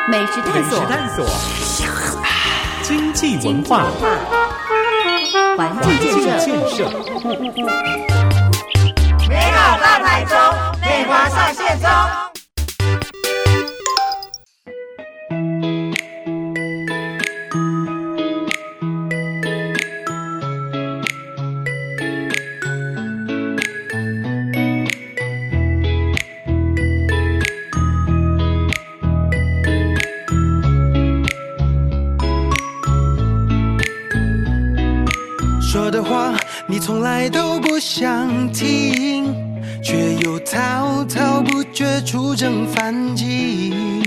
美食探索， 经济文化， 环境建设， 美好大台中，内华上线中。 说的话你从来都不想听，却又滔滔不绝出征反击。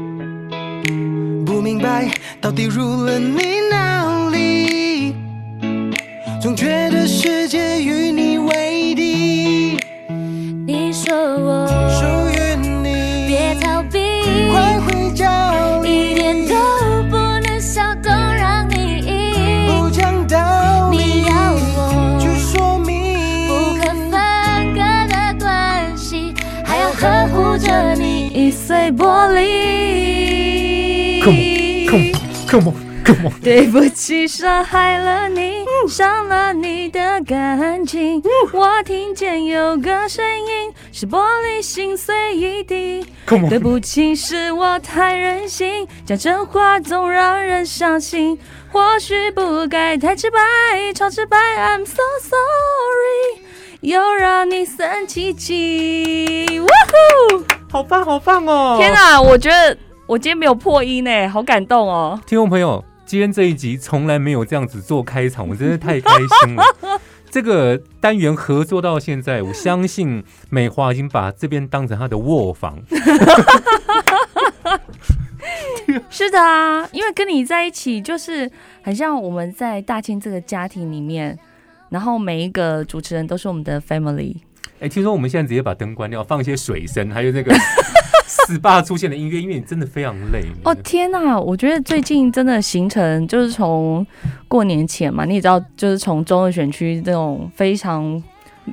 不明白到底入了你哪里，总觉得世界与你为敌。 你说我属于你， 别逃避， 快回家， 一点都不能小动让你赢。 不讲道理， 你要我去说明不可分割的关系，还要呵护着你一碎玻璃。 Come on， 对不起，伤害了你，伤了你的感情。我听见有个声音，是玻璃心碎一地。对不起，是我太任性，讲真话总让人伤心。或许不该太直白，超直白 ，I'm so sorry， 又让你生气气。 好棒哦！ 天哪，我觉得我今天没有破音耶，好感动哦！ 听众朋友，今天这一集从来没有这样子做开场，我真的太开心了。这个单元合作到现在，我相信美华已经把这边当成她的卧房。 是的啊，因为跟你在一起，就是很像我们在大庆这个家庭里面，然后每一个主持人都是我们的 family。 听说我们现在直接把灯关掉，放一些水声，还有那个SPA 出现的音乐，因为你真的非常累。 哦天哪，我觉得最近真的行程就是从过年前嘛，你也知道，就是从中二选区这种非常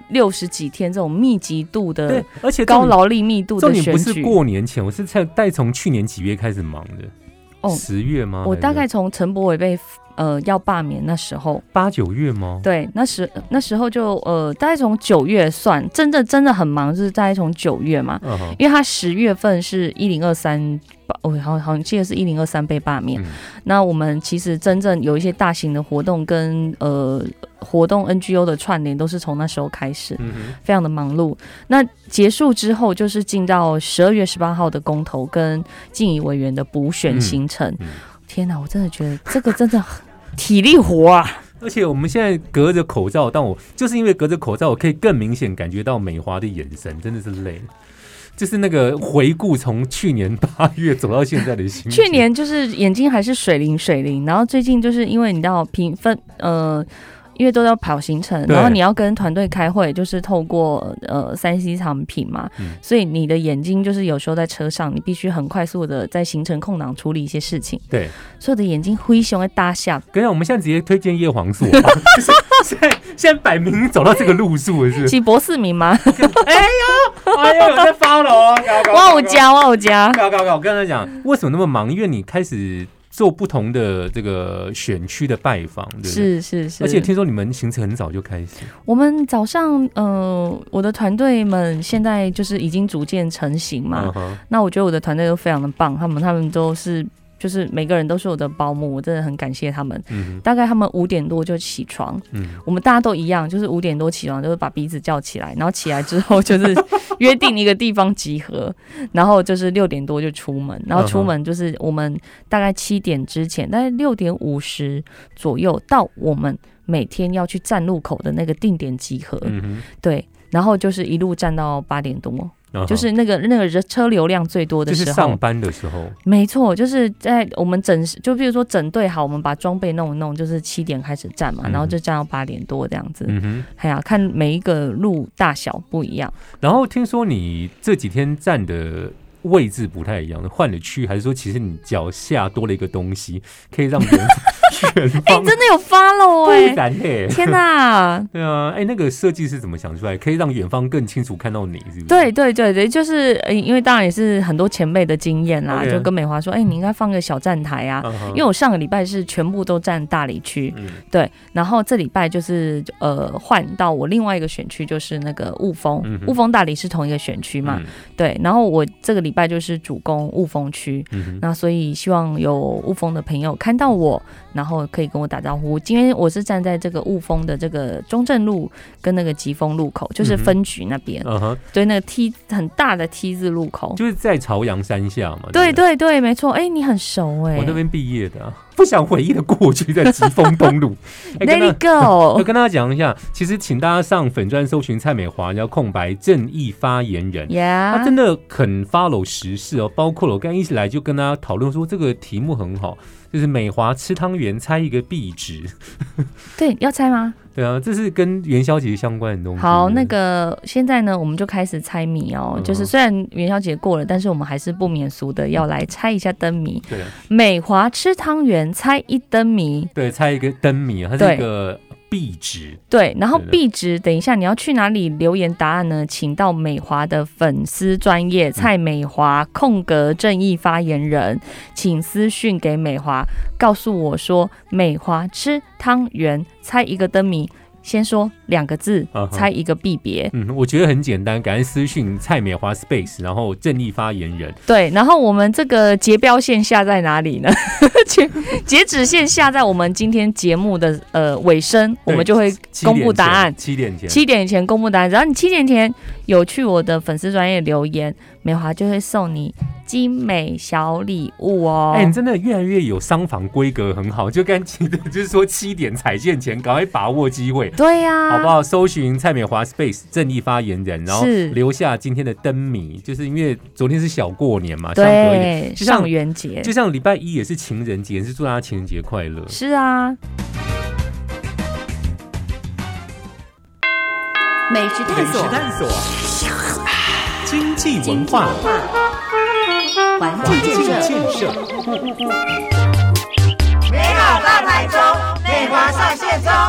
60几天这种密集度的， 对，而且高劳力密度的选举， 不是过年前，我是带从去年几月开始忙的。10月吗？ 我大概从陈柏惟被要罢免那时候 8、9月吗？ 对，那时候就大概从9月算，真的很忙，就是大概从9月嘛，因为他10月份是1023，我好像记得是1023被罢免。那我们其实真正有一些大型的活动跟活动 NGO 的串联，都是从那时候开始，非常的忙碌。那结束之后，就是进到12月18号的公投跟进议委员的补选行程。天哪，我真的觉得这个真的体力活啊！ 而且我们现在隔着口罩，但我就是因为隔着口罩，我可以更明显感觉到美华的眼神真的是累，就是那个回顾从去年8月走到现在的心情。 去年就是眼睛还是水灵，然后最近就是因为你知道因为都要跑行程，然后你要跟团队开会，就是透过3C 产品嘛，所以你的眼睛就是有时候在车上，你必须很快速的在行程空档处理一些事情。对，所以我的眼睛灰熊在大下。 跟你讲，我们现在直接推荐叶黄素，现在摆明走到这个路数了，是不是？ 博士名吗？ 哎呦，有在发了哦！ 哇我家， 我跟他讲，为什么那么忙？因为你开始做不同的这个选区的拜访，对不对？是，而且听说你们行程很早就开始。 我们早上，我的团队们现在就是已经逐渐成型嘛。那我觉得我的团队都非常的棒，他们都是。就是每个人都是我的保姆，我真的很感谢他们。大概他们5点多就起床，我们大家都一样，就是5点多起床，就是把彼此叫起来，然后起来之后就是约定一个地方集合，然后就是6点多就出门，然后出门就是我们大概7点之前，大概6点50左右到我们每天要去站路口的那个定点集合，对，然后就是一路站到8点多。就是那个车流量最多的时候， 就是上班的时候， 没错，就是在我们就比如说整队好，我们把装备弄一弄，就是7点开始站嘛，然后就站到8点多这样子。看每一个路大小不一样。 然后听说你这几天站的位置不太一样，换了区，还是说其实你脚下多了一个东西，可以让远方真的有 follow 不然嘿， 天哪！ 对啊，那个设计是怎么想出来，可以让远方更清楚看到你，是不是？ 对对对对，就是因为当然也是很多前辈的经验啦， Okay. 就跟美华说，你应该放个小站台啊，因为我上个礼拜是全部都站大理区，对，然后这礼拜就是换到我另外一个选区，就是那个雾峰，雾峰大理是同一个选区嘛，对，然后我这个礼拜就是主攻雾峰区，那所以希望有雾峰的朋友看到我，然后可以跟我打招呼。今天我是站在这个雾峰的这个中正路跟那个吉丰路口，就是分局那边，对，那个 T 很大的 T 字路口， 就是在朝阳山下嘛。 对对对，没错。你很熟我那边毕业的啊。不想回忆的过去，在吉丰东路。 Let it go。 我跟大家讲一下，其实请大家上粉专搜寻蔡美华，然后空白正义发言人，他真的很 follow 时事哦，包括了我刚一来就跟大家讨论说这个题目很好，就是美华吃汤圆猜一个币值。 对，要猜吗？ 对啊，这是跟元宵节相关的东西。 好，那个现在呢，我们就开始猜谜哦。就是虽然元宵节过了，但是我们还是不免俗的要来猜一下灯谜。 对， 美华吃汤圆猜一灯谜。 对，猜一个灯谜，它是一个币值。 对，然后币值，等一下你要去哪里留言答案呢？请到美华的粉丝专页蔡美华空格正义发言人，请私讯给美华，告诉我说美华吃汤圆猜一个灯谜。先说2个字，猜一个币别。 我觉得很简单，赶快私讯蔡美华 Space， 然后正义发言人。 对，然后我们这个截标线下在哪里呢？截止线下在我们今天节目的尾声，我们就会公布答案。 7点前 ，7点前公布答案。只要你7点前有去我的粉丝专页留言，美华就会送你精美小礼物哦。 你真的越来越有商访规格，很好。就刚记得，就是说7点踩线前，赶快把握机会。 对呀， 好不好？搜寻蔡美华 Space 正义发言人，然后留下今天的灯谜，就是因为昨天是小过年嘛，相隔一点，就像上元节， 就像礼拜1也是情人节，是祝大家情人节快乐。 是啊， 美食探索，经济文化，环境建设。 美好大台中，美华上线中。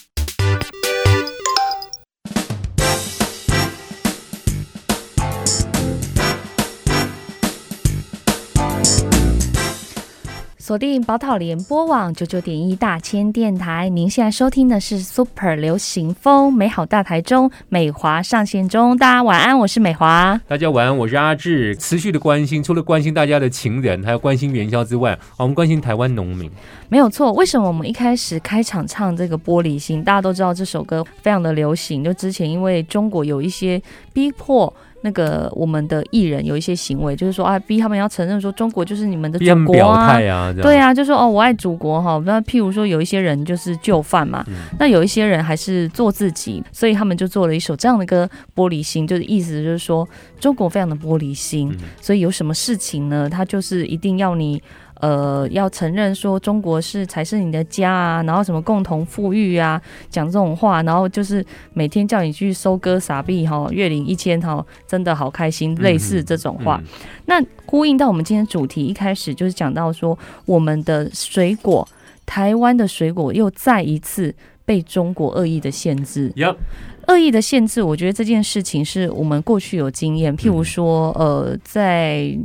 锁定宝岛联播网99.1大千电台，您现在收听的是 Super 流行风美好大台中美华上线中。大家晚安，我是美华。 大家晚安，我是阿志。持续的关心，除了关心大家的情人，还有关心元宵之外，我们关心台湾农民。 没有错，为什么我们一开始开场唱这个玻璃心？大家都知道这首歌非常的流行，就之前因为中国有一些逼迫那个我们的艺人有一些行为，就是说逼他们要承认说中国就是你们的祖国啊，逼他们表态啊， 对啊，就说我爱祖国哈。那譬如说有一些人就是就范嘛，那有一些人还是做自己，所以他们就做了一首这样的歌《玻璃心》，就是意思就是说中国非常的玻璃心，所以有什么事情呢，他就是一定要你。要承认说中国才是你的家啊，然后什么共同富裕啊，讲这种话，然后就是每天叫你去收割傻币哈，月领1000哈，真的好开心，类似这种话。那呼应到我们今天主题一开始就是讲到说，我们的水果，台湾的水果又再一次被中国恶意的限制。恶意的限制，我觉得这件事情是我们过去有经验，譬如说，在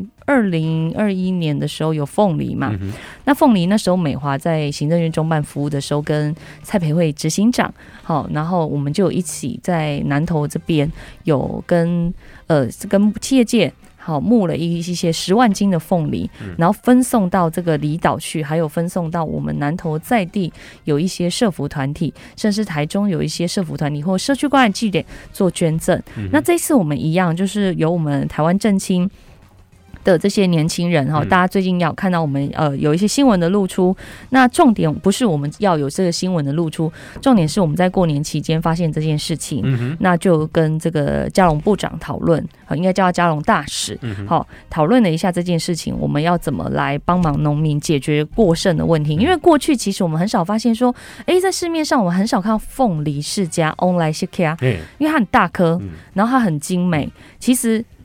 2021年的时候有凤梨嘛，那凤梨那时候美华在行政院中办服务的时候，跟蔡培慧执行长，好，然后我们就一起在南投这边有跟企业界。好，募了一些10万斤的凤梨，然后分送到这个离岛去，还有分送到我们南投在地有一些社福团体，甚至台中有一些社福团体或社区关爱据点做捐赠。那这次我们一样，就是由我们台湾正青的这些年轻人哈，大家最近要看到我们有一些新闻的露出。那重点不是我们要有这个新闻的露出，重点是我们在过年期间发现这件事情，那就跟这个嘉龙部长讨论，应该叫他嘉龙大使，好，讨论了一下这件事情，我们要怎么来帮忙农民解决过剩的问题。因为过去其实我们很少发现说，在市面上我们很少看到凤梨世家 online 世家，因为它很大颗，然后它很精美，其实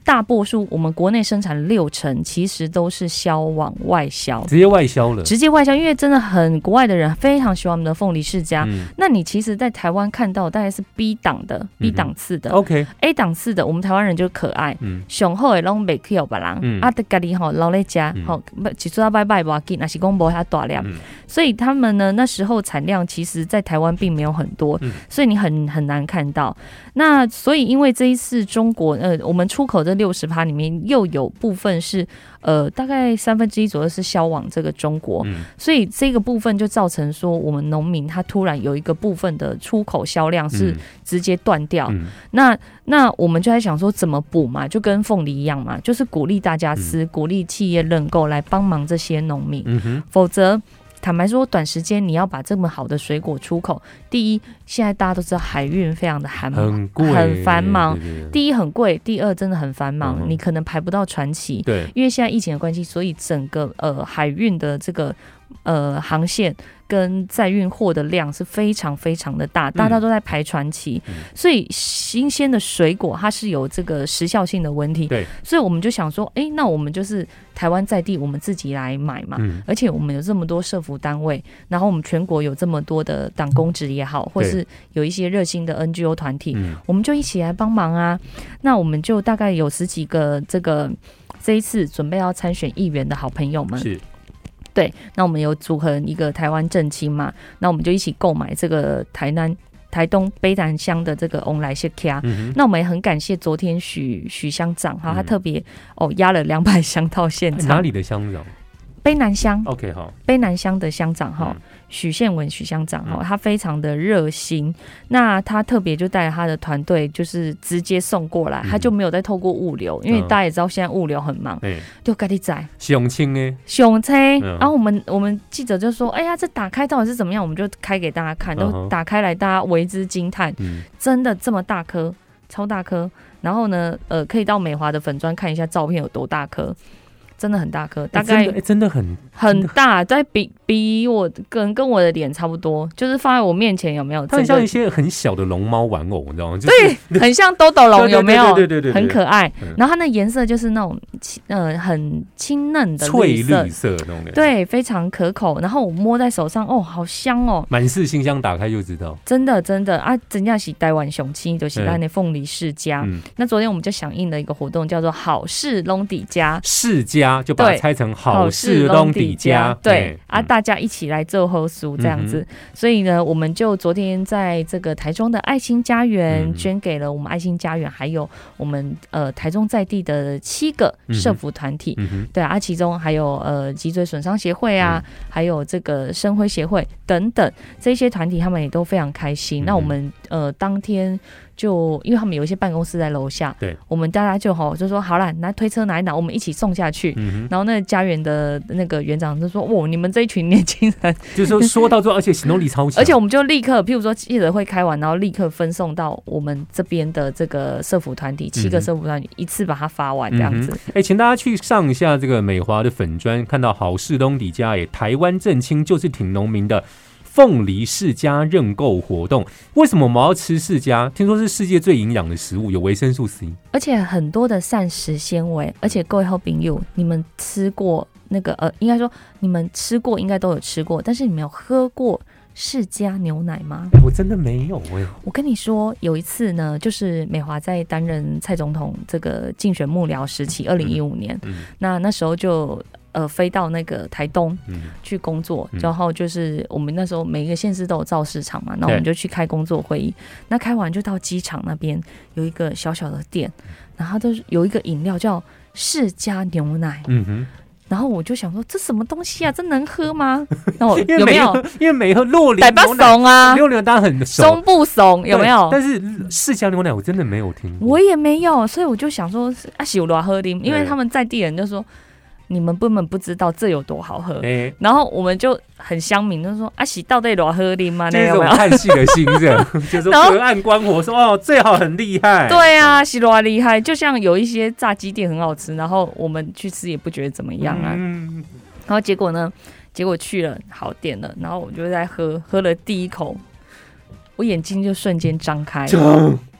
大多数我们国内生产60%其实都是销往外销， 直接外销了， 直接外销，因为真的很国外的人非常喜欢我们的凤梨世家。那你其实在台湾看到大概是 B 档的、B 档次的 ，OK， A 档次的，我们台湾人就可爱，雄厚的拢袂去有别人，啊，得家己吼留在家，吼，一出拜拜不要紧，那是讲无遐大量，所以他们呢那时候产量其实在台湾并没有很多，所以你很难看到。那所以因为这一次中国我们出口这60%里面又有部分是大概1/3左右是销往这个中国，所以这个部分就造成说我们农民他突然有一个部分的出口销量是直接断掉，那我们就在想说怎么补嘛，就跟凤梨一样嘛，就是鼓励大家吃，鼓励企业认购来帮忙这些农民，否则坦白说，短时间你要把这么好的水果出口，第一，现在大家都知道海运非常的很贵，很繁忙。对对对，第一很贵，第二真的很繁忙，你可能排不到船期。对，因为现在疫情的关系，所以整个海运的这个航线跟载运货的量是非常非常的大，大家都在排船期，所以新鲜的水果它是有这个时效性的问题。对，所以我们就想说，那我们就是台湾在地，我们自己来买嘛。而且我们有这么多社福单位，然后我们全国有这么多的党公职也好，或是有一些热心的 NGO 团体，我们就一起来帮忙啊。那我们就大概有10几个这一次准备要参选议员的好朋友们。是。对，那我们有组合一个台湾正青嘛，那我们就一起购买这个台东卑南乡的这个翁来谢卡。那我们也很感谢昨天许乡长他特别押了200箱到现场。 哪里的乡长？ 卑南乡 ，OK 好， 卑南乡的乡长哈，许宪文许乡长哈，他非常的热心，那他特别就带着他的团队，就是直接送过来，他就没有再透过物流，因为大家也知道现在物流很忙，就赶紧载。 雄青呢？ 雄车，然后我们记者就说，哎呀，这打开到底是怎么样？我们就开给大家看，都打开来，大家为之惊叹，真的这么大颗，超大颗。然后呢，可以到美华的粉专看一下照片有多大颗。真的很大颗，大概真的很大，在比我跟我的脸差不多，就是放在我面前有没有？ 它很像一些很小的龙猫玩偶，你知道吗？ 对，很像豆豆龙，有没有？对，很可爱。然后它那颜色就是那种很清嫩的翠绿色那种， 对，非常可口。然后我摸在手上，好香哦！ 满是馨香，打开就知道。 真的啊，真正是台湾雄青，就是咱的凤梨世家。那昨天我们就响应了一个活动，叫做好事拢底家世家。就把它拆成好事拢底家， 对啊，大家一起来做好事这样子。所以呢，我们就昨天在这个台中的爱心家园捐给了我们爱心家园，还有我们台中在地的7个社福团体，对啊，其中还有脊椎损伤协会啊，还有这个生辉协会等等这些团体，他们也都非常开心。那我们当天就因为他们有一些办公室在楼下，对，我们大家就说好啦，拿推车拿一拿，我们一起送下去。然后那个家园的那个园长就说：“哇，你们这一群年轻人， 就是说到做，而且行动力超强。” 而且我们就立刻，譬如说记者会开完，然后立刻分送到我们这边的这个社福团体，7个社福团体一次把它发完这样子。 请大家去上一下这个美华的粉专，看到好事拢底家台湾正青就是挺农民的。凤梨世家认购活动，为什么我们要吃世家？听说是世界最营养的食物，有维生素 C， 而且很多的膳食纤维。而且各位好朋友，你们吃过那个应该说你们吃过，应该都有吃过，但是你们有喝过世家牛奶吗？ 我真的没有我跟你说，有一次呢，就是美华在担任蔡总统这个竞选幕僚时期，2015年，那时候就。飞到那个台东去工作，然后就是我们那时候每一个县市都有造市场嘛，那我们就去开工作会议。那开完就到机场那边有一个小小的店，然后都有一个饮料叫世家牛奶。然后我就想说，这什么东西啊？这能喝吗？然后有没有？ 因为每喝洛梨牛奶， 洛梨当然很熟， 松不怂有没有？ 但是世家牛奶我真的没有听过， 我也没有，所以我就想说啊，喜多喝啉，因为他们在地人就说。你们根本不知道这有多好喝，然后我们就很乡民就说啊，是到底多喝啉吗？ 这种看戏的心着，就是隔岸观火说最好很厉害。 对啊，是多厉害，就像有一些炸鸡店很好吃，然后我们去吃也不觉得怎么样啊。然后结果去了好点了，然后我就在喝了第一口，我眼睛就瞬间张开。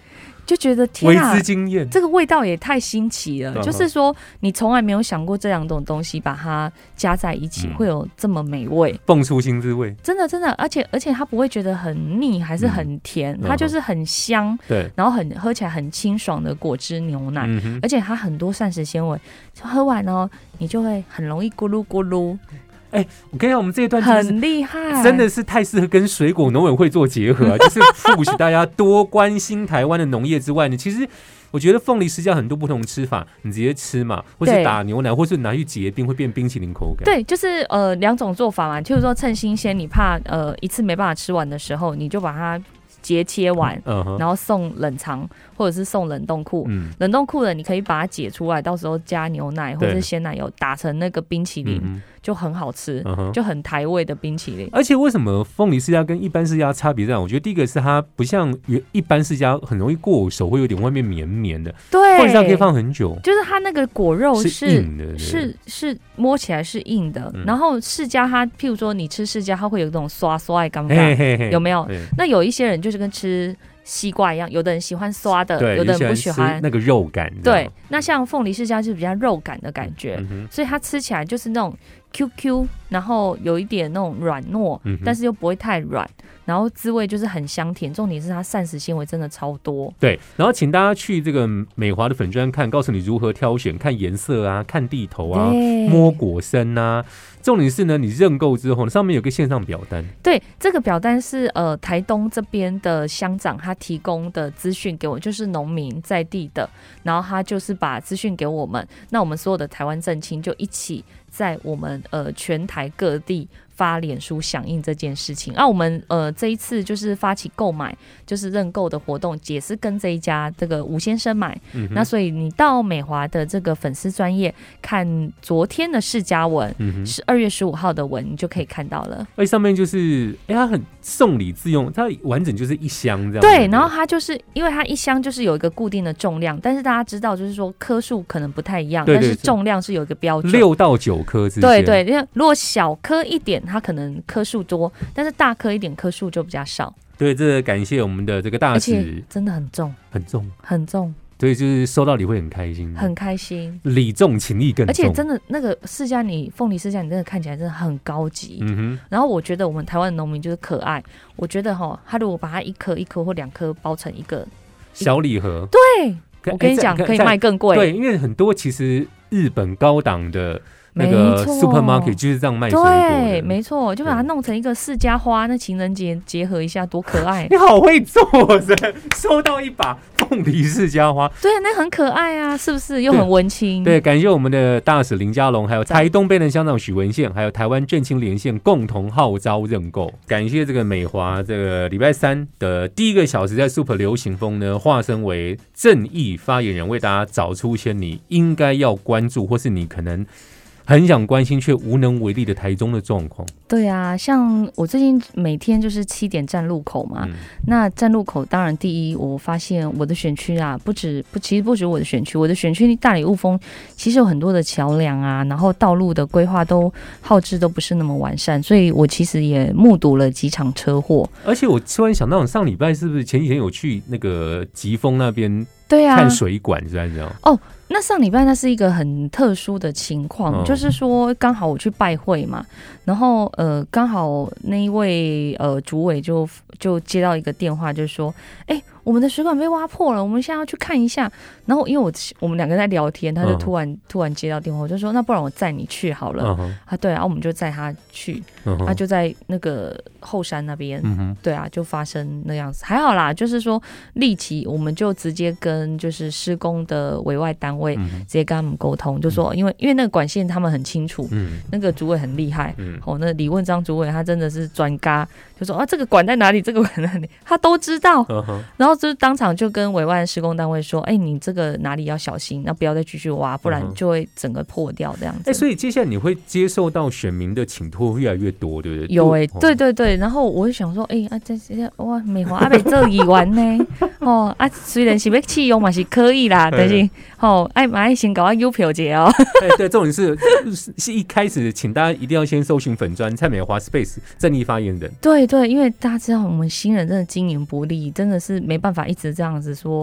就觉得天啊， 为之惊艳， 这个味道也太新奇了。就是说，你从来没有想过这两种东西把它加在一起，会有这么美味， 蹦出新滋味。 真的，而且它不会觉得很腻，还是很甜，它就是很香，对，然后喝起来很清爽的果汁牛奶，而且它很多膳食纤维，喝完哦，你就会很容易咕噜咕噜。 我跟你讲，我们这一段很厉害， 真的是太适合跟水果农委会做结合啊！就是push大家多关心台湾的农业之外呢，其实我觉得凤梨世家很多不同的吃法，你直接吃嘛，或是打牛奶，或是拿去结冰，会变冰淇淋口感。 对，就是两种做法嘛，就是说趁新鲜，你怕一次没办法吃完的时候，你就把它节切完，然后送冷藏或者是送冷冻库。冷冻库的你可以把它解出来，到时候加牛奶或者是鲜奶油打成那个冰淇淋。就很好吃，就很台味的冰淇淋。 而且为什么凤梨世家跟一般世家差别在？我觉得第一个是它不像一般世家很容易过手，会有点外面绵绵的。 对， 凤梨世家可以放很久， 就是它那个果肉是硬的， 是摸起来是硬的。然后世家它，譬如说你吃世家，它会有那种刷刷的感觉，有没有？那有一些人就是跟吃西瓜一样，有的人喜欢刷的，有的人不喜欢那个肉感。 对，那像凤梨世家就是比较肉感的感觉，所以它吃起来就是那种 QQ， 然后有一点那种软糯，但是又不会太软，然后滋味就是很香甜。重点是它膳食纤维真的超多。 对，然后请大家去这个美华的粉专看，告诉你如何挑选，看颜色啊，看地头啊，摸果身啊。重点是呢，你认购之后，上面有个线上表单。 对，这个表单是台东这边的乡长他提供的资讯给我，就是农民在地的，然后他就是把资讯给我们，那我们所有的台湾正青就一起在我们全台各地发脸书响应这件事情。我们这一次就是发起购买，就是认购的活动，也是跟这一家这个吴先生买。那所以你到美华的这个粉丝专页看昨天的世家文，是2月15号的文，你就可以看到了。 上面就是它很送礼自用，它完整就是一箱这样。 对，然后它就是因为它一箱就是有一个固定的重量，但是大家知道就是说颗数可能不太一样，但是重量是有一个标准，6 到9颗之间。 对对，因为如果小颗一点，它可能颗数多，但是大颗一点颗数就比较少。 对，这感谢我们的这个大使， 真的很重， 很重， 很重。 所以就是收到礼会很开心， 很开心， 礼重情义更重。 而且真的那个世家，你凤梨世家，你真的看起来真的很高级。然后我觉得我们台湾的农民就是可爱，我觉得他如果把它一颗一颗或2颗包成一个小礼盒， 对，我跟你讲可以卖更贵。 对，因为很多其实日本高档的那个 supermarket 就是这样卖水果的。 对，没错，就把它弄成一个世家花，那情人节结合一下多可爱。 你好会做，收到一把凤梨世家花， 对，那很可爱啊，是不是又很温馨？ 对，感谢我们的大使林佳龙，还有台东卑南乡长许文宪，还有台湾正青连线共同号召认购。感谢这个美华这个礼拜3的第1个小时在 Super 流行风呢，化身为正义发言人，为大家找出一些你应该要关注，或是你可能很想关心却无能为力的台中的状况。 对啊，像我最近每天就是7点站路口嘛，那站路口当然第一，我发现我的选区啊，其实不止我的选区，我的选区大里雾峰其实有很多的桥梁啊，然后道路的规划都耗资都不是那么完善，所以我其实也目睹了几场车祸。 而且我突然想到，上礼拜是不是前几天有去那个吉丰那边？ 对啊， 看水管是这样哦。那上礼拜那是一个很特殊的情况，就是说刚好我去拜会嘛，然后刚好那一位主委就接到一个电话，就是说，我们的水管被挖破了，我们现在要去看一下。然后因为我们2个在聊天，他就突然接到电话，我就说那不然我载你去好了。对啊，我们就载他去，他就在那个后山那边，对啊，就发生那样子，还好啦，就是说立即我们就直接跟就是施工的委外单位直接跟他们沟通，就说因为那个管线他们很清楚，那个主委很厉害，那李问章主委他真的是专家，就说这个管在哪里，这个管在哪里，他都知道，然后就是当场就跟委外施工单位说，你这个哪里要小心，那不要再继续挖，不然就会整个破掉这样子。 所以接下来你会接受到选民的请托越来越多，对不对？ 有对对对，然后我就想说，哇，美华被这议员呢，虽然是要弃用嘛是可以啦，但是爱先搞优票节哦。 对，重点是一开始请大家一定要先搜寻粉专蔡美华 Space 正义发言人。 对对，因为大家知道我们新人真的经营不力，真的是没办法一直这样子说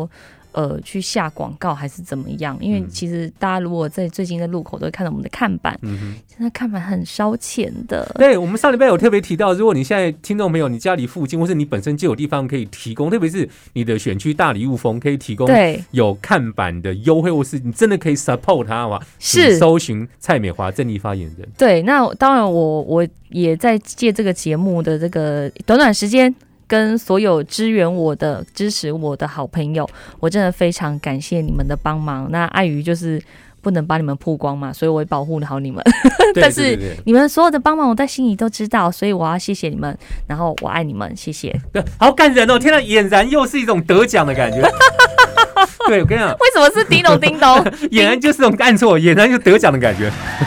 去下广告还是怎么样？因为其实大家如果在最近在路口都会看到我们的看板，现在看板很烧钱的。 对，我们上礼拜有特别提到，如果你现在听众朋友你家里附近或是你本身就有地方可以提供，特别是你的选区大礼物风可以提供有看板的优惠，或是你真的可以 support 他的话，是搜寻蔡美华正义发言人。 对，那当然我也在借这个节目的这个短短时间，跟所有支援我的、支持我的好朋友，我真的非常感谢你们的帮忙。那碍于就是不能把你们曝光嘛，所以我会保护好你们。但是你们所有的帮忙，我在心里都知道，所以我要谢谢你们，然后我爱你们，谢谢。 好感人哦！天哪，俨然又是一种得奖的感觉。对，我跟你讲， 为什么是叮咚叮咚？ 俨然就是这种按错，俨然就得奖的感觉。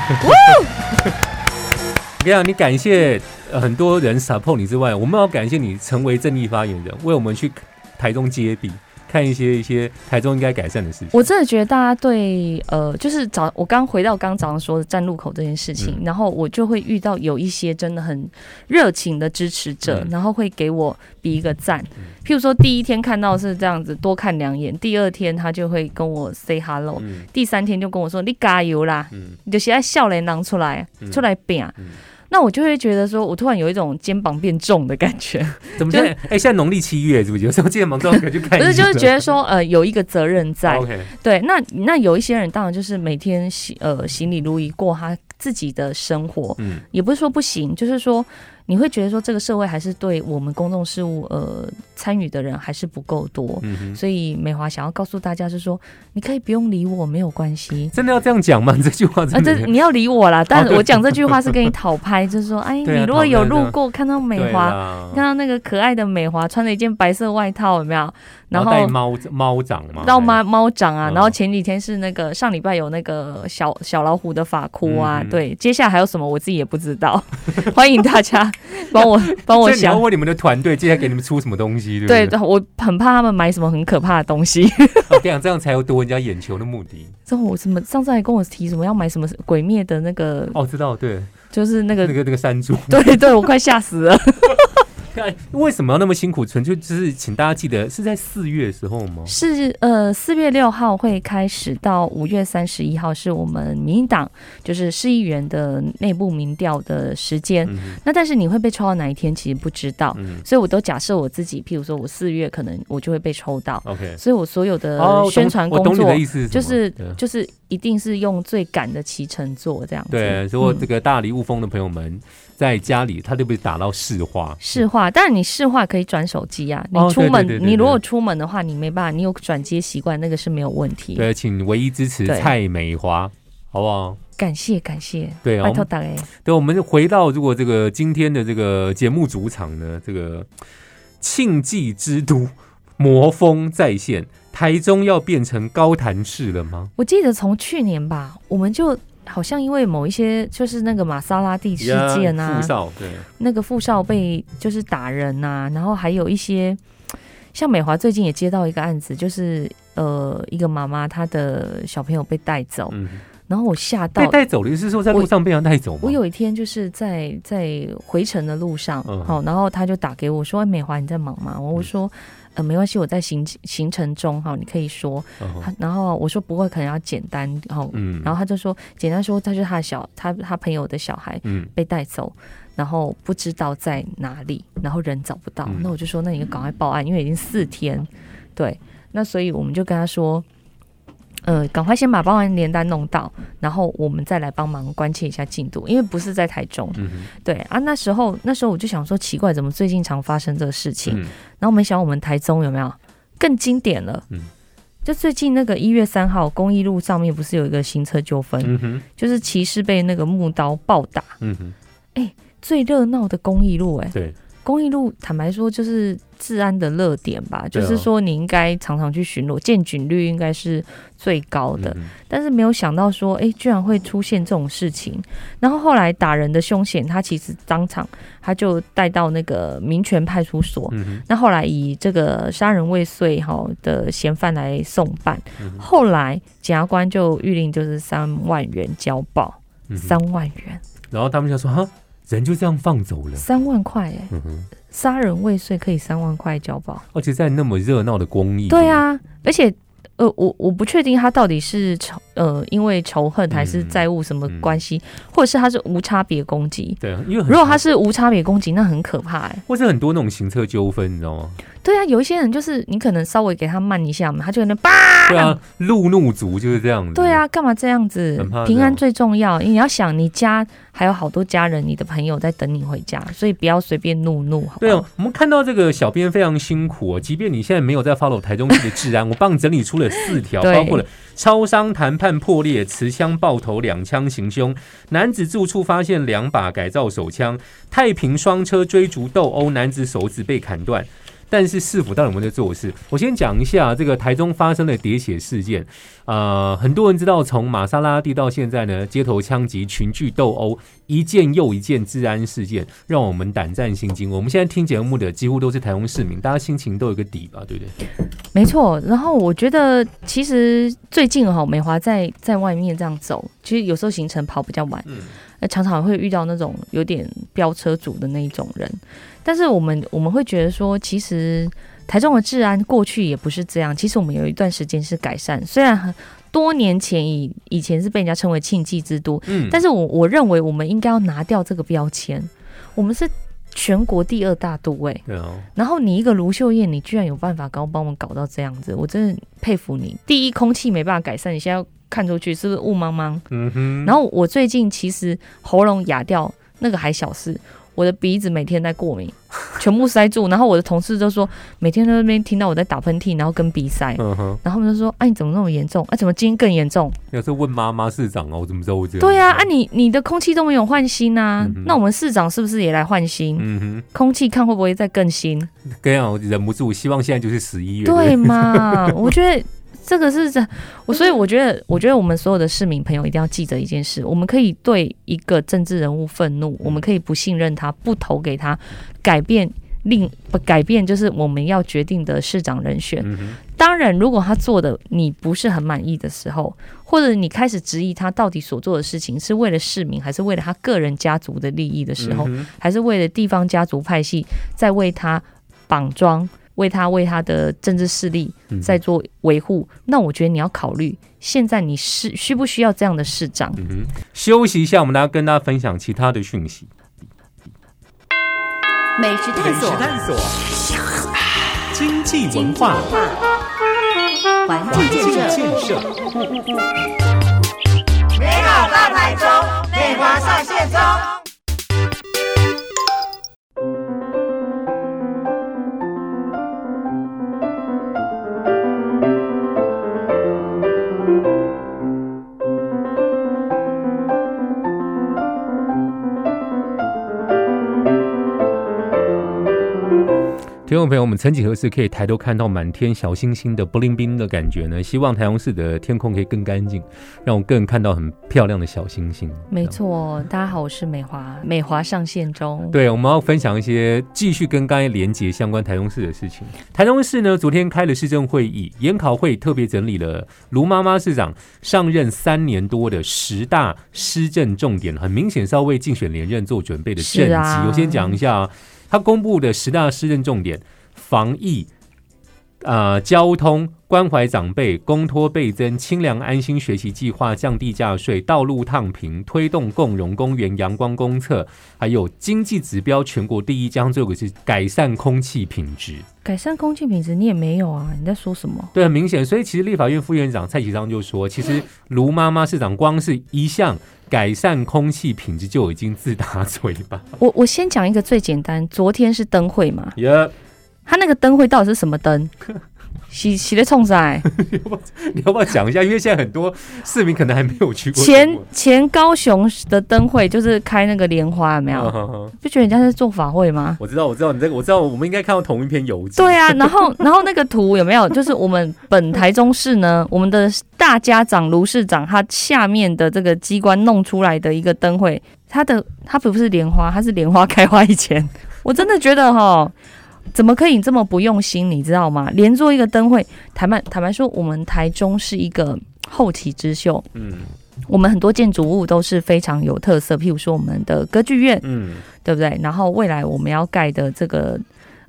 我跟你讲，你感谢很多人 support 你之外，我们要感谢你成为正义发言人，为我们去台中接笔，看一些台中应该改善的事情。 我真的觉得大家对就是我刚回到刚早上说的站路口这件事情，然后我就会遇到有一些真的很热情的支持者，然后会给我比一个赞。譬如说第一天看到是这样子，多看2眼；第二天他就会跟我 say hello；第3天就跟我说你加油啦，你就现在笑脸囊出来变。那我就会觉得说，我突然有一种肩膀变重的感觉。 怎么现在？现在农历7月是不是？有时候肩膀重可去看医生。 不是，就是觉得说，有一个责任在。 Okay. 对，那有一些人当然就是每天行礼如仪过他自己的生活，也不是说不行，就是说你会觉得说这个社会还是对我们公众事务参与的人还是不够多，所以美华想要告诉大家是说，你可以不用理我，没有关系。 真的要这样讲吗？这句话真的你要理我啦，但我讲这句话是跟你讨拍，就是说，哎，你如果有路过看到美华，看到那个可爱的美华穿了一件白色外套，有没有？ 然后带猫掌嘛， 到猫掌啊，然后前几天是那个上礼拜有那个小老虎的发箍啊，对，接下来还有什么我自己也不知道，欢迎大家帮我想。 你要问你们的团队接下来给你们出什么东西，对不对？ 对，我很怕他们买什么很可怕的东西。 这样才有夺人家眼球的目的。 这我什么上次还跟我提什么要买什么鬼灭的那个知道，对， 就是那个山猪。 对，我快吓死了。 为什么要那么辛苦？纯粹就是请大家记得是在4月的时候吗？ 是4月6号会开始到5月31号是我们民进党就是市议员的内部民调的时间。那但是你会被抽到哪一天其实不知道，所以我都假设我自己，譬如说我4月可能我就会被抽到。OK， 所以我所有的宣传工作就是一定是用最赶的期程做这样子。 对，如果这个大礼物风的朋友们在家里，他就被打到市话。 当然你市话可以转手机啊，你出门你如果出门的话，你没办法，你有转接习惯，那个是没有问题。 对，请唯一支持蔡美华，好不好？ 感谢，对，拜托大家。 对，我们回到如果这个今天的这个节目主场呢，这个庆忌之都魔风再现，台中要变成高潭市了吗？我记得从去年吧，我们就好像因为某一些就是那个玛莎拉蒂事件啊， 对， 那个富少被就是打人啊，然后还有一些像美华最近也接到一个案子，就是一个妈妈她的小朋友被带走，然后我吓到。被带走的意思是说在路上被人带走吗？ 我有一天就是在回程的路上，然后他就打给我说：“美华你在忙吗？”我说。没关系，我在行程中哈，你可以说。然后我说不会，可能要简单。然后他就说简单说，他就是他朋友的小孩被带走，然后不知道在哪里，然后人找不到。那我就说，那你就赶快报案，因为已经4天。对，那所以我们就跟他说。赶快先把报案联单弄到，然后我们再来帮忙关切一下进度，因为不是在台中。对啊，那时候我就想说奇怪，怎么最近常发生这个事情？然后没想到我们台中有没有更经典了？就最近那个1月3号公益路上面不是有一个行车纠纷，就是骑士被那个木刀暴打。最热闹的公益路对。公益路坦白说就是治安的热点吧，就是说你应该常常去巡逻，见警率应该是最高的，但是没有想到说居然会出现这种事情。然后后来打人的凶嫌他其实当场他就带到那个民权派出所，那后来以这个杀人未遂的嫌犯来送办，后来检察官就谕令就是3万元交保，3万元，然后他们就说哈人就这样放走了 ，3万块杀人未遂可以3万块交保， 而且在那么热闹的公益， 对啊，而且我不确定他到底是因为仇恨还是债务什么关系，或者是他是无差别攻击。 对，因为如果他是无差别攻击，那很可怕或者很多那种行车纠纷，你知道吗？ 对啊，有一些人就是你可能稍微给他慢一下嘛，他就在那叭。 对啊，路怒族就是这样子。 对啊，干嘛这样子？平安最重要。你要想，你家还有好多家人，你的朋友在等你回家，所以不要随便怒好不好？ 对哦，我们看到这个小编非常辛苦即便你现在没有在 follow 台中市的治安，我帮你整理出了4条，包括了超商谈判破裂、持枪爆头、2枪行凶，男子住处发现2把改造手枪，太平双车追逐斗殴，男子手指被砍断。但是市府到底有没有在做事？我先讲一下这个台中发生的喋血事件。很多人知道，从玛莎拉蒂到现在呢，街头枪击、群聚斗殴，一件又一件治安事件，让我们胆战心惊。我们现在听节目的几乎都是台中市民，大家心情都有个底吧，对不对？ 没错。然后我觉得，其实最近美华在外面这样走，其实有时候行程跑比较晚，常常会遇到那种有点飙车族的那一种人。但是我们会觉得说，其实台中的治安过去也不是这样。其实我们有一段时间是改善，虽然很多年前以前是被人家称为庆忌之都，但是我认为我们应该要拿掉这个标签。我们是全国第2大都然后你一个卢秀燕，你居然有办法帮我们搞到这样子，我真的佩服你。第一，空气没办法改善，你现在要看出去是不是雾茫茫？然后我最近其实喉咙哑掉，那个还小事。我的鼻子每天在过敏，全部塞住，然后我的同事就说，每天在那边听到我在打喷嚏，然后跟鼻塞，然后他们就说，你怎么那么严重？怎么今天更严重？ 要是问妈妈市长我怎么知道会这样？ 对啊，你的空气都没有换新啊，那我们市长是不是也来换新？空气看会不会再更新？ 跟你讲，我忍不住，希望现在就是11月， 对嘛？我觉得。这个是所以我觉得我们所有的市民朋友一定要记着一件事：我们可以对一个政治人物愤怒，我们可以不信任他，不投给他，改变就是我们要决定的市长人选。当然，如果他做的你不是很满意的时候，或者你开始质疑他到底所做的事情是为了市民，还是为了他个人家族的利益的时候，还是为了地方家族派系在为他绑桩。为他的政治势力在做维护，那我觉得你要考虑，现在你需不需要这样的市长？ 休息一下，我们跟大家分享其他的讯息。 美食探索，经济文化，环境建设。 美好大台中，内华上线中。 听众朋友，我们曾几何时可以抬头看到满天小星星的不灵冰的感觉呢？希望台中市的天空可以更干净，让我更看到很漂亮的小星星。 没错，大家好，我是美华上线中。 对，我们要分享一些继续跟刚才连结相关台中市的事情。台中市呢，昨天开了市政会议，研考会特别整理了卢妈妈市长上任3年多的10大施政重点，很明显是要为竞选连任做准备的政绩。我先讲一下他公布的10大施政重点：防疫、交通、关怀长辈、公托倍增、清凉安心学习计划、降地价税、道路烫平、推动共融公园阳光公厕，还有经济指标全国第一，加上最后一个是改善空气品质。 改善空气品质你也没有啊？你在说什么？ 对，很明显。所以其实立法院副院长蔡其昌就说，其实卢妈妈市长光是一项改善空气品质就已经自打嘴巴。 我先讲一个最简单，昨天是灯会嘛，他那个灯会到底是什么灯？洗在冲啥？ 你要不要讲一下？因为现在很多市民可能还没有去过。 前高雄的灯会就是开那个莲花，有没有？不觉得人家是做法会吗？ 我知道，你这个我知道，我们应该看到同一篇游记。 对啊，然后那个图有没有？就是我们本台中市呢，我们的大家长卢市长他下面的这个机关弄出来的一个灯会，它不是莲花，它是莲花开花以前。我真的觉得怎么可以这么不用心，你知道吗？连做一个灯会，坦白说，我们台中是一个后起之秀，我们很多建筑物都是非常有特色，譬如说我们的歌剧院，对不对？然后未来我们要盖的这个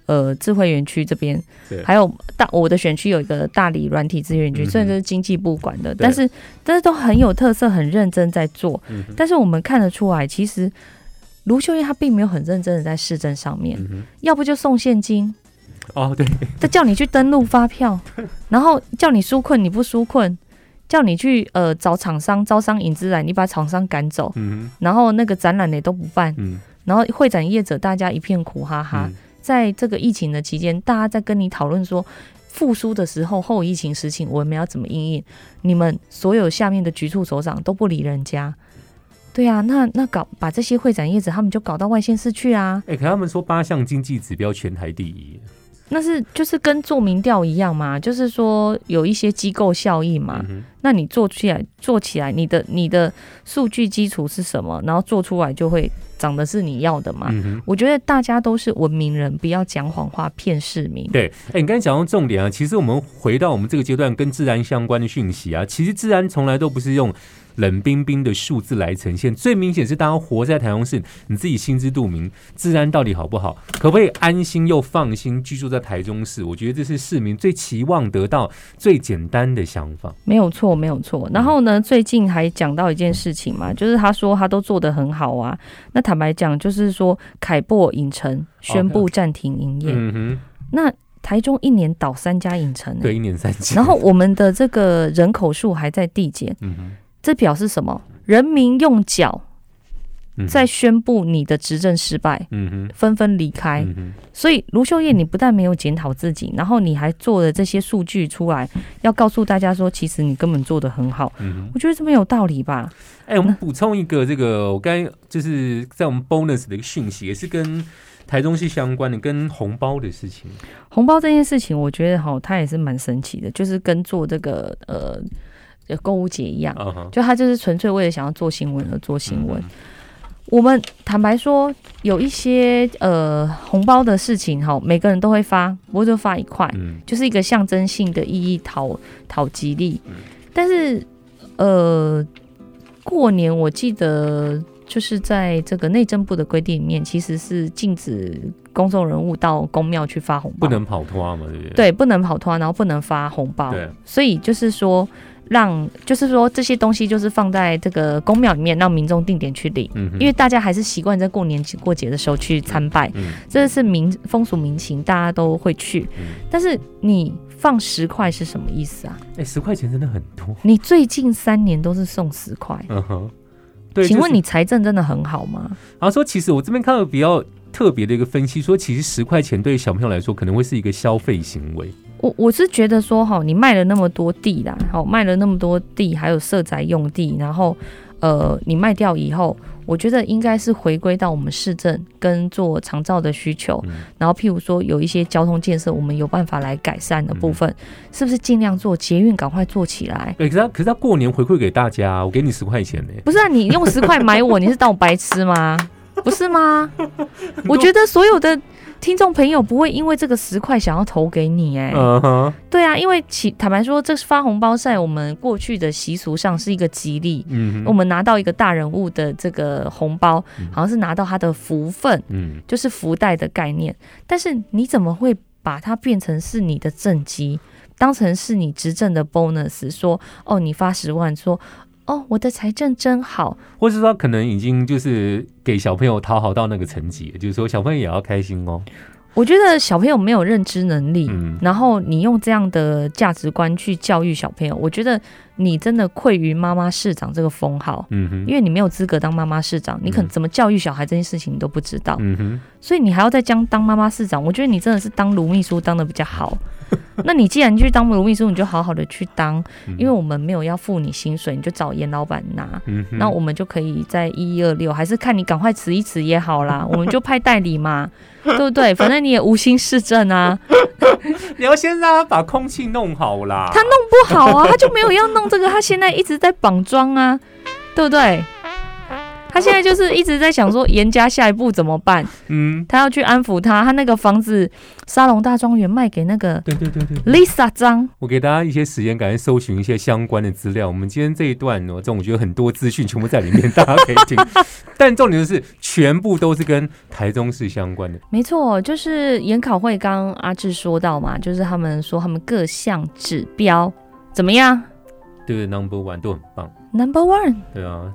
智慧园区这边，还有我的选区有一个大理软体资源园区，虽然这是经济部管的，但是都很有特色，很认真在做。但是我们看得出来，其实卢秀燕她并没有很认真的在市政上面，要不就送现金。 对， 他叫你去登录发票，然后叫你纾困你不纾困，叫你去找厂商招商引资来，你把厂商赶走，然后那个展览也都不办，然后会展业者大家一片苦哈哈。在这个疫情的期间，大家在跟你讨论说复苏的时候后疫情时期我们要怎么因应，你们所有下面的局处首长都不理人家。对啊，那把这些会展业者他们就搞到外县市去啊。 可他们说8项经济指标全台第一。 那就是跟做民调一样嘛，就是说有一些机构效应嘛。那你做起来，你的数据基础是什么？然后做出来就会长的是你要的嘛。我觉得大家都是文明人，不要讲谎话骗市民。 对，你刚才讲到重点啊，其实我们回到我们这个阶段跟治安相关的讯息啊，其实治安从来都不是用冷冰冰的数字来呈现，最明显是大家活在台中市，你自己心知肚明，治安到底好不好，可不可以安心又放心居住在台中市？我觉得这是市民最期望得到最简单的想法。 没有错。然后呢，最近还讲到一件事情嘛，就是他说他都做得很好啊。那坦白讲，就是说凯擘影城宣布暂停营业。那台中一年倒3家影城， 对，1年3家。 然后我们的这个人口数还在递减。这表示什么？人民用脚在宣布你的执政失败，纷纷离开。所以卢秀燕，你不但没有检讨自己，然后你还做了这些数据出来，要告诉大家说，其实你根本做得很好。我觉得这么有道理吧？ 我们补充一个这个，我刚才就是在我们 bonus 的一个讯息，也是跟台中市相关的，跟红包的事情。 红包这件事情，我觉得它也是蛮神奇的，就是跟做这个购物节一样，就他就是纯粹为了想要做新闻而做新闻。我们坦白说，有一些红包的事情，每个人都会发，不过就发1块，就是一个象征性的意义，讨吉利。但是过年我记得就是在这个内政部的规定里面，其实是禁止公众人物到公庙去发红包， 不能跑拖嘛，对不对？ 对，不能跑拖，然后不能发红包。对，所以就是说。就是说这些东西就是放在这个公庙里面，让民众定点去领，因为大家还是习惯在过年过节的时候去参拜，这是风俗民情，大家都会去。但是你放10块是什么意思啊 ？10块钱真的很多。 你最近3年都是送10块，对，请问你财政真的很好吗？ 然后说，其实我这边看到比较特别的一个分析，说其实10块钱对小朋友来说可能会是一个消费行为。 我是觉得说你卖了那么多地啦，卖了那么多地，还有社宅用地，然后你卖掉以后，我觉得应该是回归到我们市政跟做长照的需求，然后譬如说有一些交通建设，我们有办法来改善的部分，是不是尽量做捷运赶快做起来？ 对，可是他过年回馈给大家，我给你10块钱呢。 不是啊，你用10块买我，你是当我白痴吗？不是吗？我觉得所有的听众朋友不会因为这个10块想要投给你对啊，因为坦白说，这是发红包在我们过去的习俗上是一个吉利，我们拿到一个大人物的这个红包，好像是拿到他的福分，就是福袋的概念。但是你怎么会把它变成是你的政绩，当成是你执政的 bonus， 说你发10万，说我的财政真好， 或是说可能已经就是给小朋友讨好到那个层级，就是说小朋友也要开心哦。 我觉得小朋友没有认知能力，然后你用这样的价值观去教育小朋友，我觉得你真的愧于妈妈市长这个封号，因为你没有资格当妈妈市长，你可能怎么教育小孩这件事情你都不知道，所以你还要再当妈妈市长，我觉得你真的是当卢秘书当的比较好。那你既然去当卢秘书，你就好好的去当，因为我们没有要付你薪水，你就找严老板拿，那我们就可以在1126，还是看你赶快辞一辞也好啦，我们就派代理嘛，对不对？反正你也无心市政啊。 你要先让他把空气弄好啦。 他弄不好啊，他就没有要弄这个，他现在一直在绑桩啊，对不对？ 他现在就是一直在想说严家下一步怎么办。他要去安抚他那个房子沙龙大庄园卖给那个对 Lisa 张。 我给大家一些时间，赶快搜寻一些相关的资料。我们今天这一段这种我觉得很多资讯全部在里面，大家可以听。但重点就是全部都是跟台中市相关的。 没错，就是研考会刚阿志说到嘛，就是他们说他们各项指标怎么样？ 对 ，Number One 都很棒。 Number One， 对啊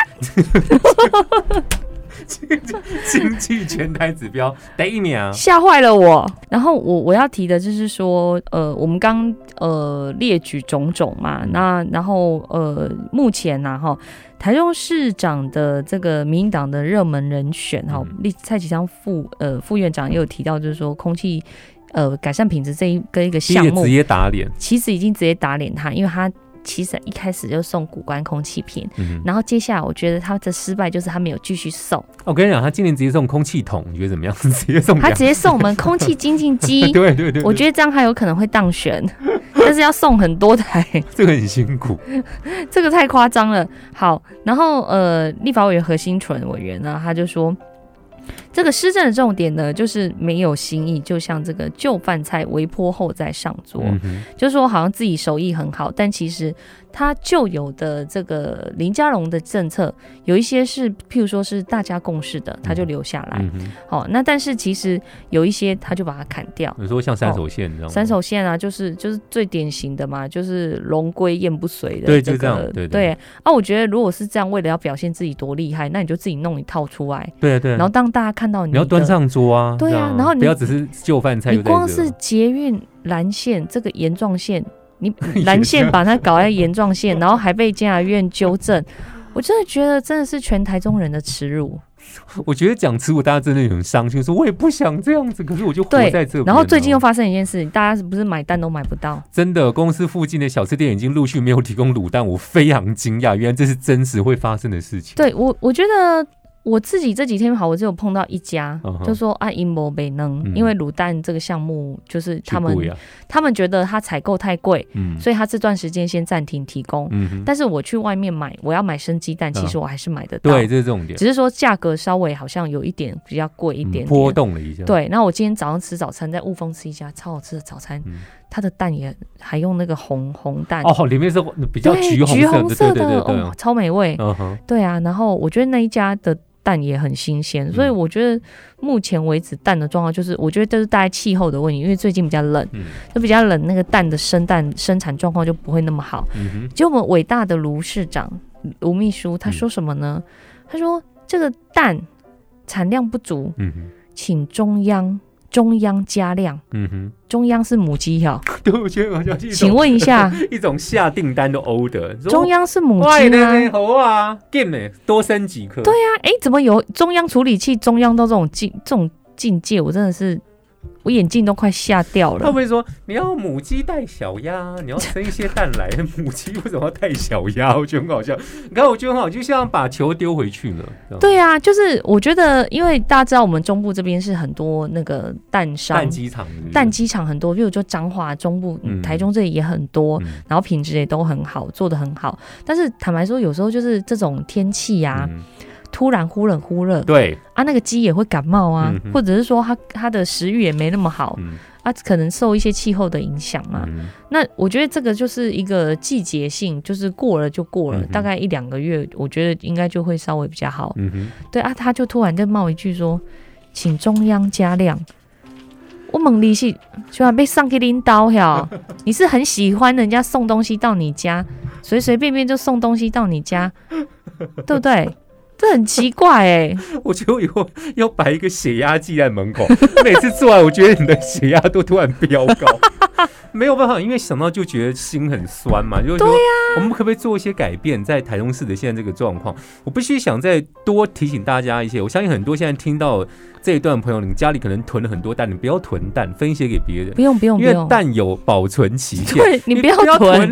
，What？ 经济全台指标第一名， 吓坏了我。然后我要提的就是说，我们刚列举种种嘛，那然后目前台中市长的这个民进党的热门人选蔡其昌副院长也有提到，就是说空气改善品质这一个项目直接打脸， 其实已经直接打脸他，因为他其实一开始就送谷关空气瓶，然后接下来我觉得他的失败就是他没有继续送。 我跟你讲，他今年直接送空气桶，你觉得怎么样？ 他直接送我们空气清净机， 对， 我觉得这样他有可能会当选，但是要送很多台， 这个很辛苦， 这个太夸张了。好，然后立法委员何欣纯委员呢，他就说，这个施政的重点呢，就是没有新意，就像这个旧饭菜微波后再上桌，就是说好像自己手艺很好，但其实他旧有的这个林佳龙的政策，有一些是譬如说是大家共识的，他就留下来。那但是其实有一些他就把它砍掉。 你说像三手线， 三手线啊，就是最典型的嘛，就是龙归雁不随的、 对，就这样，对啊，我觉得如果是这样，为了要表现自己多厉害，那你就自己弄一套出来， 对， 然后当大家看到你要端上桌啊， 对啊，然后你不要只是就饭菜， 你光是捷运蓝线这个沿状线，你蓝线把它搞在沿状线，然后还被监察院纠正，我真的觉得真的是全台中人的耻辱。 我觉得讲耻辱，大家真的很伤心，说我也不想这样子，可是我就活在这边。 然后最近又发生一件事情，大家不是买蛋都买不到， 真的，公司附近的小吃店已经陆续没有提供卤蛋，我非常惊讶，原来这是真实会发生的事情。 对，我觉得。我自己这几天我只有碰到一家，就说因没被弄，因为卤蛋这个项目就是他们觉得它采购太贵，所以他这段时间先暂停提供。但是我去外面买，我要买生鸡蛋，其实我还是买得到。 对，这是重点， 只是说价格稍微好像有一点比较贵一点点， 波动了一下。 对，然后我今天早上吃早餐，在雾峰吃一家超好吃的早餐，它的蛋也还用那个红蛋里面是比较橘红色的， 超美味。对啊，然后我觉得那一家的蛋也很新鲜，所以我觉得目前为止蛋的状况就是，我觉得这是大概气候的问题，因为最近比较冷，就比较冷，那个蛋的生产状况就不会那么好。结果我们伟大的卢市长卢秘书他说什么呢？他说这个蛋产量不足，请中央加量。中央是母鸡哈， 对，我觉得好像请问一下， 一种下订单的 order， 中央是母鸡吗？ 好啊，多生几颗。 对啊，怎么有中央处理器？中央到这种境界，我真的是。我眼镜都快吓掉了。 他会说你要母鸡带小鸭，你要生一些蛋来。母鸡为什么要带小鸭？我觉得很好笑。你看，我觉得很好，就像把球丢回去了。 对啊，就是我觉得，因为大家知道我们中部这边是很多那个蛋商、蛋鸡场很多，比如说彰化中部、台中这里也很多，然后品质也都很好，做得很好。但是坦白说，有时候就是这种天气啊。突然忽冷忽热， 对啊，那个鸡也会感冒啊，或者是说它的食欲也没那么好，可能受一些气候的影响嘛。那我觉得这个就是一个季节性，就是过了就过了，大概1-2个月，我觉得应该就会稍微比较好。对啊，他就突然就冒一句说，请中央加量。我问你是就要被上去拎刀呀？你是很喜欢人家送东西到你家，随随便便就送东西到你家，对不对？这很奇怪我觉得我以后要摆一个血压计在门口，每次做完，我觉得你的血压都突然飙高，没有办法，因为想到就觉得心很酸嘛，就是说，我们可不可以做一些改变，在台中市的现在这个状况？我必须想再多提醒大家一些，我相信很多现在听到这一段的朋友，你家里可能囤了很多蛋，你不要囤蛋，分一些给别人， 不用， 因为蛋有保存期限， 对，你不要囤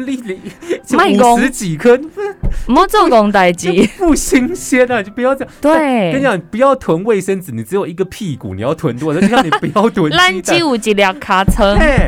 50几颗， 不要做公代志， 不新鲜啊，就不要这样。 对， 跟你讲，不要囤卫生纸，你只有一个屁股，你要囤多少？就像你不要囤鸡蛋， 垃圾有一粒卡层， 就是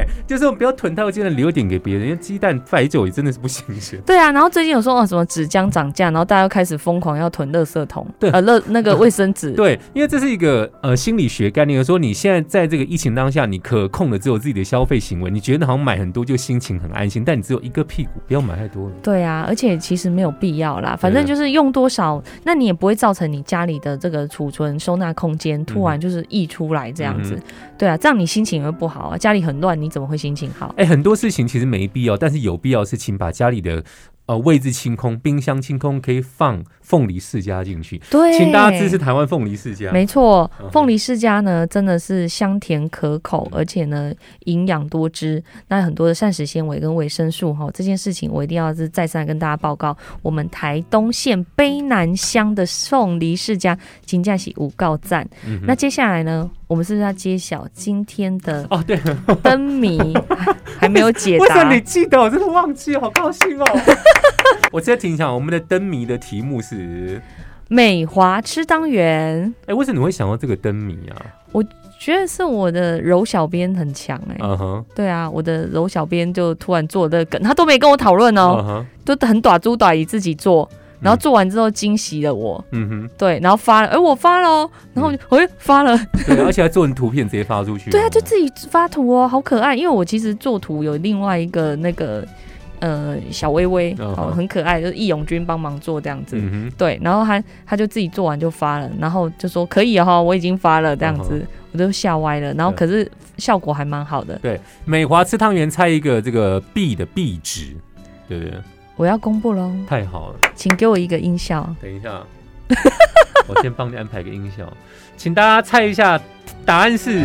候不要囤太多鸡蛋，留一点给别人，因为鸡蛋摆久也真的是不新鲜。 对啊，然后最近有说什么纸浆涨价，然后大家又开始疯狂要囤垃圾桶， 对， 那个卫生纸。 对，因为这是一个心理学概念，说你现在在这个疫情当下，你可控的只有自己的消费行为，你觉得好像买很多就心情很安心，但你只有一个屁股，不要买太多了。 对啊，而且其实没有必要啦，反正就是用多少，那你也不会造成你家里的这个储存收纳空间突然就是溢出来这样子。对啊，这样你心情也会不好啊，家里很乱，你怎么会心情好？ 很多事情其实没必要，但是有必要是请把家里的位置清空，冰箱清空，可以放凤梨世家进去。 对， 请大家支持台湾凤梨世家。 没错，凤梨世家呢真的是香甜可口，而且呢营养多汁，那很多的膳食纤维跟维生素这件事情我一定要是再三跟大家报告。我们台东县卑南乡的凤梨世家真的是有够赞。那接下来呢，我们是不是要揭晓今天的对灯谜？还没有解答。 为什么你记得？我真的忘记，好高兴哦。我直接听一下，我们的灯谜的题目是美华吃汤圆。 为什么你会想到这个灯谜啊？ 我觉得是我的柔小编很强对啊，我的柔小编就突然做的梗，他都没跟我讨论都很短猪短以自己做。然后做完之后惊喜了我，对，然后发了，我发了然后发了， 对，而且还做成图片直接发出去， 对啊，就自己发图好可爱。因为我其实做图有另外一个那个小微微很可爱，就是义勇军帮忙做这样子，对，然后他就自己做完就发了，然后就说可以我已经发了这样子，我就吓歪了，然后可是效果还蛮好的。 对，美华吃汤圆猜一个这个币的币值，对不对？ 我要公布咯， 太好了， 请给我一个音效。 等一下，我先帮你安排个音效，请大家猜一下，答案是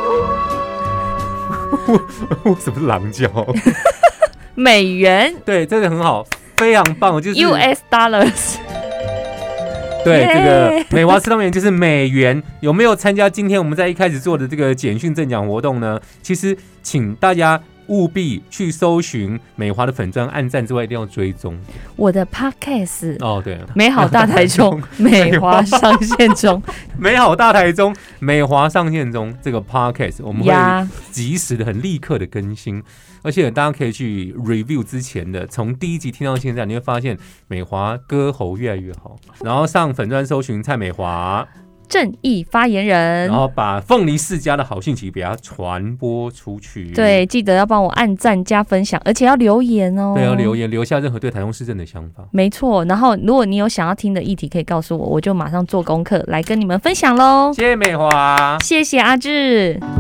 为什么是狼叫？ 美元。 对，真的很好，非常棒，就是 US dollars。 对，这个美华吃汤圆就是美元。有没有参加今天我们在一开始做的这个简讯赠奖活动呢？其实，请大家务必去搜寻美华的粉专，按赞之外一定要追踪我的 podcast 对， 美好大台中美华上线中美好大台中美华上线中这个 podcast 我们会及时的很立刻的更新，而且大家可以去 review 之前的，从第一集听到现在，你会发现美华歌喉越来越好。然后上粉专搜寻蔡美华正义发言人， 然后把凤梨世家的好讯息给它传播出去。 对，记得要帮我按赞加分享，而且要留言对，要留言，留下任何对台中市政的想法。 没错，然后如果你有想要听的议题，可以告诉我，我就马上做功课来跟你们分享咯。 谢谢美华， 谢谢阿志。